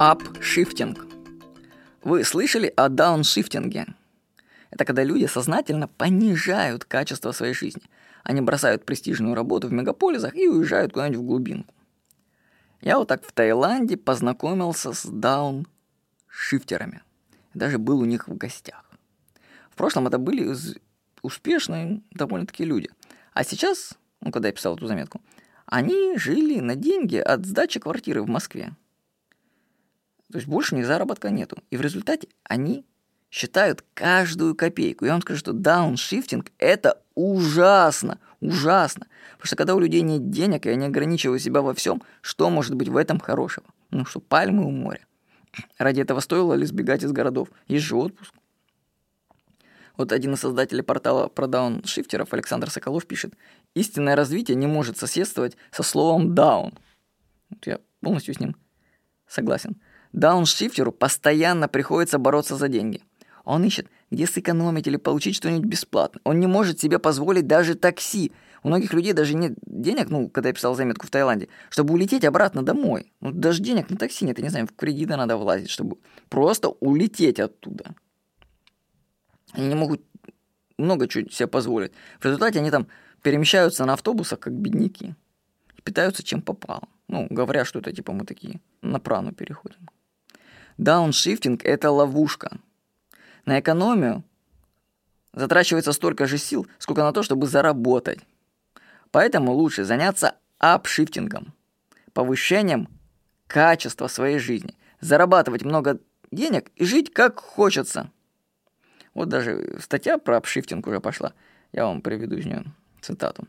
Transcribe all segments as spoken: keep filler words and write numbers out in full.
Апшифтинг. Вы слышали о дауншифтинге? Это когда люди сознательно понижают качество своей жизни. Они бросают престижную работу в мегаполисах и уезжают куда-нибудь в глубинку. Я вот так в Таиланде познакомился с дауншифтерами. Даже был у них в гостях. В прошлом это были успешные довольно-таки люди. А сейчас, ну, когда я писал эту заметку, они жили на деньги от сдачи квартиры в Москве. То есть больше у них заработка нету. И в результате они считают каждую копейку. Я вам скажу, что дауншифтинг – это ужасно, ужасно. Потому что когда у людей нет денег, и они ограничивают себя во всем, что может быть в этом хорошего? Ну что, пальмы у моря. Ради этого стоило ли сбегать из городов? Есть же отпуск. Вот один из создателей портала про дауншифтеров, Александр Соколов, пишет: истинное развитие не может соседствовать со словом «даун». Вот я полностью с ним согласен. Дауншифтеру постоянно приходится бороться за деньги. Он ищет, где сэкономить или получить что-нибудь бесплатно. Он не может себе позволить даже такси. У многих людей даже нет денег, ну, когда я писал заметку в Таиланде, чтобы улететь обратно домой. Ну, даже денег на такси нет, я не знаю, в кредиты надо влазить, чтобы просто улететь оттуда. Они не могут много чего себе позволить. В результате они там перемещаются на автобусах, как бедняки. И питаются чем попало. Ну, говоря, что это типа мы такие на прану переходим. Дауншифтинг – это ловушка. На экономию затрачивается столько же сил, сколько на то, чтобы заработать. Поэтому лучше заняться апшифтингом, повышением качества своей жизни, зарабатывать много денег и жить как хочется. Вот даже статья про апшифтинг уже пошла. Я вам приведу из нее цитату.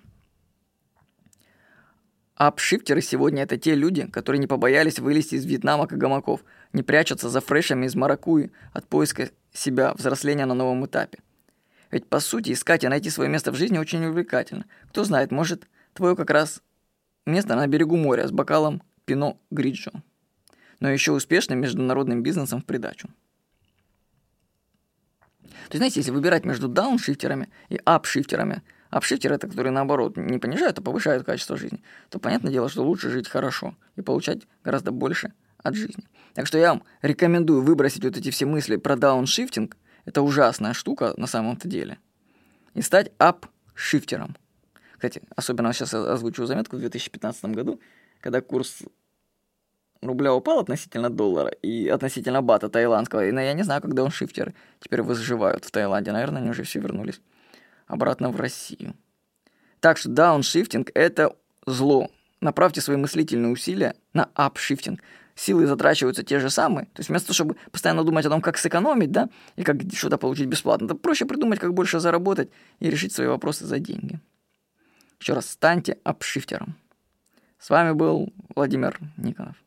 Апшифтеры сегодня это те люди, которые не побоялись вылезти из Вьетнама как гамаков, не прячутся за фрешами из маракуйи от поиска себя, взросления на новом этапе. Ведь, по сути, искать и найти свое место в жизни очень увлекательно. Кто знает, может, твое как раз место на берегу моря с бокалом Пино Гриджо, но еще успешным международным бизнесом в придачу. То есть, знаете, если выбирать между дауншифтерами и апшифтерами, апшифтеры — это которые, наоборот, не понижают, а повышают качество жизни, то понятное дело, что лучше жить хорошо и получать гораздо больше от жизни. Так что я вам рекомендую выбросить вот эти все мысли про дауншифтинг. Это ужасная штука на самом-то деле. И стать апшифтером. Кстати, особенно сейчас я озвучу заметку в две тысячи пятнадцатом году, когда курс рубля упал относительно доллара и относительно бата таиландского. И я не знаю, как дауншифтеры теперь выживают в Таиланде. Наверное, они уже все вернулись обратно в Россию. Так что дауншифтинг – это зло. Направьте свои мыслительные усилия на апшифтинг. Силы затрачиваются те же самые. То есть вместо того, чтобы постоянно думать о том, как сэкономить, да, и как что-то получить бесплатно, то проще придумать, как больше заработать и решить свои вопросы за деньги. Еще раз, станьте апшифтером. С вами был Владимир Никонов.